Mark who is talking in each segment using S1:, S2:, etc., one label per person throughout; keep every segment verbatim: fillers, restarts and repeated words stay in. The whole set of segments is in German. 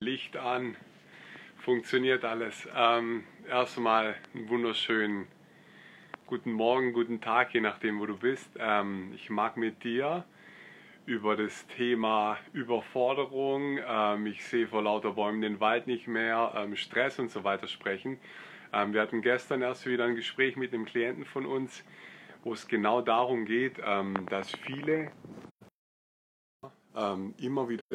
S1: Licht an, funktioniert alles. Ähm, erstmal einen wunderschönen guten Morgen, guten Tag, je nachdem wo du bist. Ähm, ich mag mit dir über das Thema Überforderung, ähm, ich sehe vor lauter Bäumen den Wald nicht mehr, ähm, Stress und so weiter sprechen. Ähm, wir hatten gestern erst wieder ein Gespräch mit einem Klienten von uns, wo es genau darum geht, ähm, dass viele ähm, immer wieder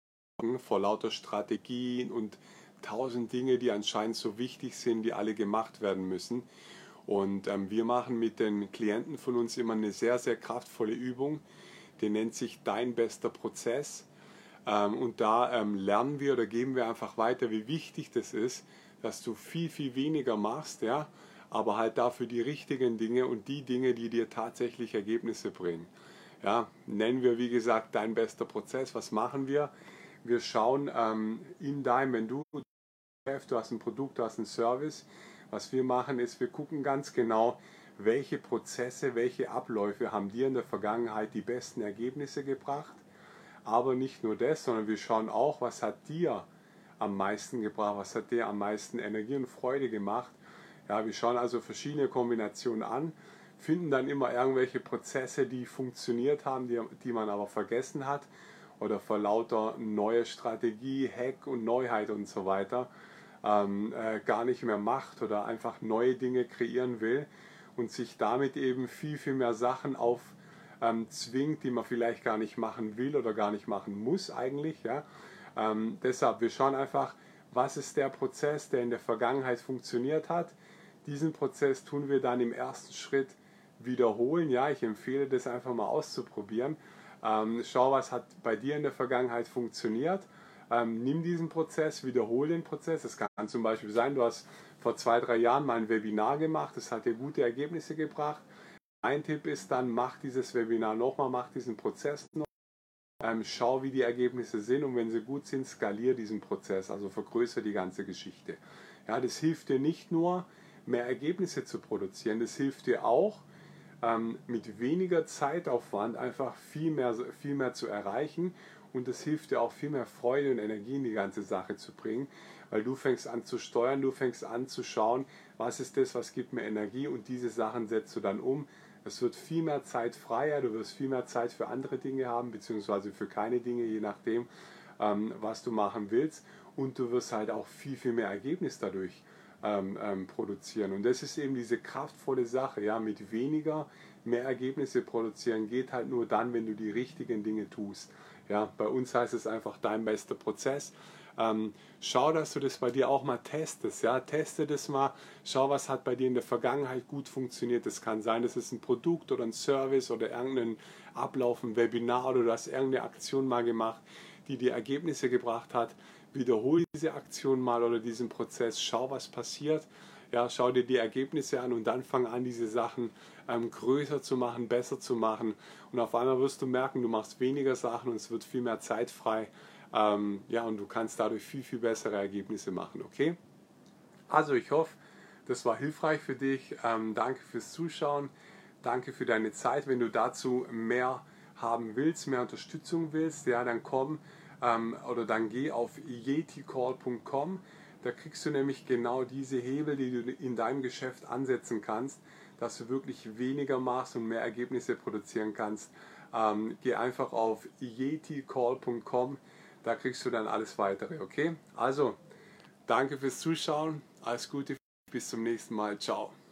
S1: vor lauter Strategien und tausend Dinge, die anscheinend so wichtig sind, die alle gemacht werden müssen. Und ähm, wir machen mit den Klienten von uns immer eine sehr, sehr kraftvolle Übung, die nennt sich Dein bester Prozess. Ähm, und da ähm, lernen wir oder geben wir einfach weiter, wie wichtig das ist, dass du viel, viel weniger machst, ja, aber halt dafür die richtigen Dinge und die Dinge, die dir tatsächlich Ergebnisse bringen. Ja, nennen wir, wie gesagt, dein bester Prozess. Was machen wir? Wir schauen ähm, in deinem, wenn du, du hast ein Produkt, du hast einen Service, was wir machen ist, wir gucken ganz genau, welche Prozesse, welche Abläufe haben dir in der Vergangenheit die besten Ergebnisse gebracht. Aber nicht nur das, sondern wir schauen auch, was hat dir am meisten gebracht, was hat dir am meisten Energie und Freude gemacht. Ja, wir schauen also verschiedene Kombinationen an, finden dann immer irgendwelche Prozesse, die funktioniert haben, die, die man aber vergessen hat oder vor lauter neue Strategie, Hack und Neuheit und so weiter ähm, äh, gar nicht mehr macht oder einfach neue Dinge kreieren will und sich damit eben viel, viel mehr Sachen auf ähm, zwingt, die man vielleicht gar nicht machen will oder gar nicht machen muss eigentlich. Ja? Ähm, deshalb, wir schauen einfach, was ist der Prozess, der in der Vergangenheit funktioniert hat. Diesen Prozess tun wir dann im ersten Schritt wiederholen. Ja, ich empfehle das einfach mal auszuprobieren. Ähm, schau, was hat bei dir in der Vergangenheit funktioniert. Ähm, nimm diesen Prozess, wiederhole den Prozess. Es kann zum Beispiel sein, du hast vor zwei, drei Jahren mal ein Webinar gemacht, das hat dir gute Ergebnisse gebracht. Mein Tipp ist dann, mach dieses Webinar nochmal, mach diesen Prozess noch. Ähm, schau, wie die Ergebnisse sind und wenn sie gut sind, skalier diesen Prozess, also vergrößere die ganze Geschichte. Ja, das hilft dir nicht nur, mehr Ergebnisse zu produzieren, das hilft dir auch, ähm, mit weniger Zeitaufwand einfach viel mehr, viel mehr zu erreichen und das hilft dir auch viel mehr Freude und Energie in die ganze Sache zu bringen, weil du fängst an zu steuern, du fängst an zu schauen, was ist das, was gibt mir Energie und diese Sachen setzt du dann um. Es wird viel mehr Zeit freier, du wirst viel mehr Zeit für andere Dinge haben, beziehungsweise für keine Dinge, je nachdem, ähm, was du machen willst. Und du wirst halt auch viel, viel mehr Ergebnis dadurch ähm, ähm, produzieren. Und das ist eben diese kraftvolle Sache, ja, mit weniger mehr Ergebnisse produzieren geht halt nur dann, wenn du die richtigen Dinge tust. Ja, bei uns heißt es einfach dein bester Prozess. Ähm, schau, dass du das bei dir auch mal testest. Ja? Teste das mal, schau, was hat bei dir in der Vergangenheit gut funktioniert. Es kann sein, dass es ein Produkt oder ein Service oder irgendein Ablauf, ein Webinar oder du hast irgendeine Aktion mal gemacht, die dir Ergebnisse gebracht hat. Wiederhole diese Aktion mal oder diesen Prozess, schau, was passiert. Ja, schau dir die Ergebnisse an und dann fang an, diese Sachen ähm, größer zu machen, besser zu machen. Und auf einmal wirst du merken, du machst weniger Sachen und es wird viel mehr Zeit frei. Ähm, ja, und du kannst dadurch viel, viel bessere Ergebnisse machen, okay? Also ich hoffe, das war hilfreich für dich. Ähm, danke fürs Zuschauen. Danke für deine Zeit. Wenn du dazu mehr haben willst, mehr Unterstützung willst, ja, dann komm ähm, oder dann geh auf yeti call punkt com. Da kriegst du nämlich genau diese Hebel, die du in deinem Geschäft ansetzen kannst, dass du wirklich weniger machst und mehr Ergebnisse produzieren kannst. Ähm, geh einfach auf yeti call punkt com. Da kriegst du dann alles weitere, okay? Also, danke fürs Zuschauen, alles Gute, bis zum nächsten Mal, ciao.